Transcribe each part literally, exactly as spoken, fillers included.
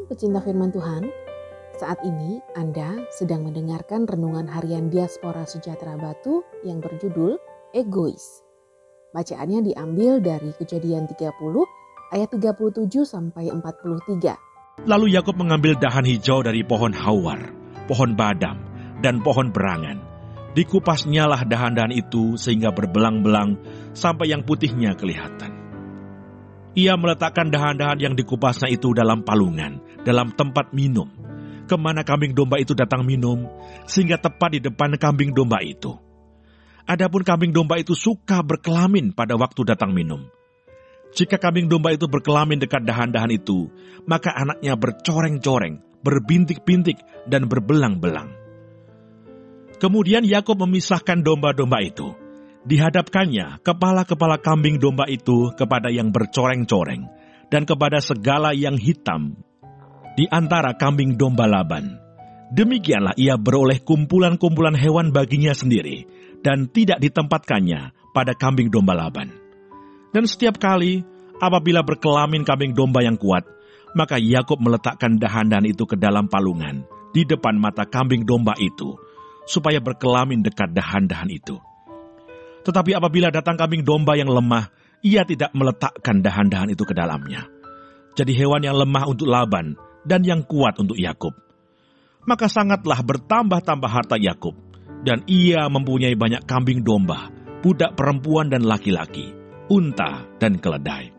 pecinta firman Tuhan, saat ini Anda sedang mendengarkan renungan harian Diaspora Sejahtera Batu yang berjudul Egois. Bacaannya diambil dari Kejadian tiga puluh ayat tiga puluh tujuh sampai empat puluh tiga. Lalu Yakub mengambil dahan hijau dari pohon hawar, pohon badam, dan pohon berangan. Dikupasnyalah dahan-dahan itu sehingga berbelang-belang sampai yang putihnya kelihatan. Ia meletakkan dahan-dahan yang dikupasnya itu dalam palungan, dalam tempat minum, kemana kambing domba itu datang minum, sehingga tepat di depan kambing domba itu. Adapun kambing domba itu suka berkelamin pada waktu datang minum. Jika kambing domba itu berkelamin dekat dahan-dahan itu, maka anaknya bercoreng-coreng, berbintik-bintik, dan berbelang-belang. Kemudian Yakub memisahkan domba-domba itu. Dihadapkannya kepala-kepala kambing domba itu kepada yang bercoreng-coreng dan kepada segala yang hitam di antara kambing domba Laban. Demikianlah ia beroleh kumpulan-kumpulan hewan baginya sendiri dan tidak ditempatkannya pada kambing domba Laban. Dan setiap kali apabila berkelamin kambing domba yang kuat, maka Yakub meletakkan dahan-dahan itu ke dalam palungan di depan mata kambing domba itu, supaya berkelamin dekat dahan-dahan itu. Tetapi apabila datang kambing domba yang lemah, ia tidak meletakkan dahan-dahan itu ke dalamnya. Jadi hewan yang lemah untuk Laban dan yang kuat untuk Yakub. Maka sangatlah bertambah-tambah harta Yakub, dan ia mempunyai banyak kambing domba, budak perempuan dan laki-laki, unta dan keledai.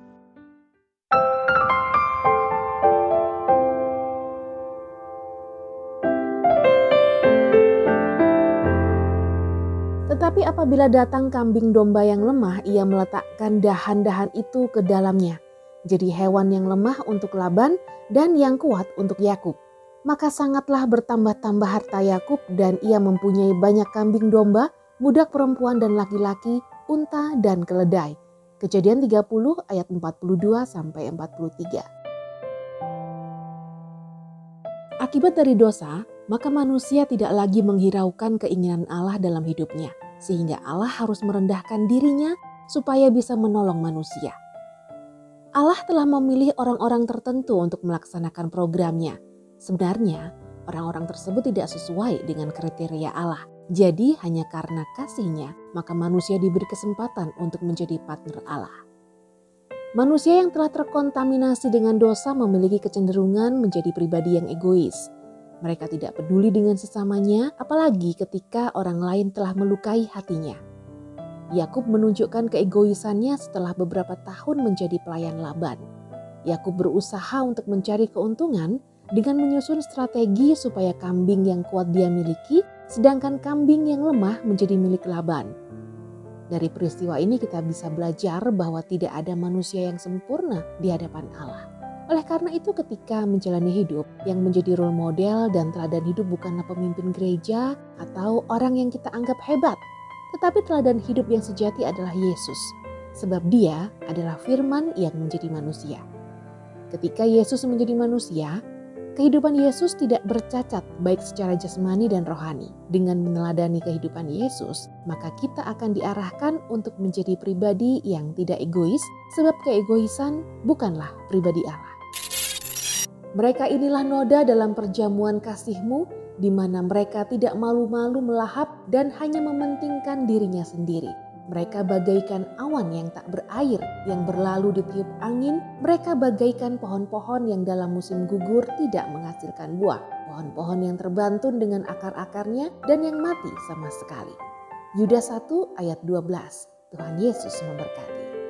Tetapi apabila datang kambing domba yang lemah, ia meletakkan dahan-dahan itu ke dalamnya. Jadi hewan yang lemah untuk Laban dan yang kuat untuk Yakub. Maka sangatlah bertambah-tambah harta Yakub dan ia mempunyai banyak kambing domba, budak perempuan dan laki-laki, unta dan keledai. Kejadian tiga puluh ayat empat puluh dua sampai empat puluh tiga. Akibat dari dosa, maka manusia tidak lagi menghiraukan keinginan Allah dalam hidupnya, sehingga Allah harus merendahkan dirinya supaya bisa menolong manusia. Allah telah memilih orang-orang tertentu untuk melaksanakan programnya. Sebenarnya, orang-orang tersebut tidak sesuai dengan kriteria Allah. Jadi hanya karena kasihnya, maka manusia diberi kesempatan untuk menjadi partner Allah. Manusia yang telah terkontaminasi dengan dosa memiliki kecenderungan menjadi pribadi yang egois. Mereka tidak peduli dengan sesamanya, apalagi ketika orang lain telah melukai hatinya. Yakub menunjukkan keegoisannya setelah beberapa tahun menjadi pelayan Laban. Yakub berusaha untuk mencari keuntungan dengan menyusun strategi supaya kambing yang kuat dia miliki, sedangkan kambing yang lemah menjadi milik Laban. Dari peristiwa ini kita bisa belajar bahwa tidak ada manusia yang sempurna di hadapan Allah. Oleh karena itu ketika menjalani hidup, yang menjadi role model dan teladan hidup bukanlah pemimpin gereja atau orang yang kita anggap hebat. Tetapi teladan hidup yang sejati adalah Yesus. Sebab dia adalah firman yang menjadi manusia. Ketika Yesus menjadi manusia, kehidupan Yesus tidak bercacat baik secara jasmani dan rohani. Dengan meneladani kehidupan Yesus, maka kita akan diarahkan untuk menjadi pribadi yang tidak egois, sebab keegoisan bukanlah pribadi Allah. Mereka inilah noda dalam perjamuan kasih-Mu, di mana mereka tidak malu-malu melahap dan hanya mementingkan dirinya sendiri. Mereka bagaikan awan yang tak berair, yang berlalu ditiup angin. Mereka bagaikan pohon-pohon yang dalam musim gugur tidak menghasilkan buah. Pohon-pohon yang terbantun dengan akar-akarnya dan yang mati sama sekali. Yudas satu ayat dua belas. Tuhan Yesus memberkati.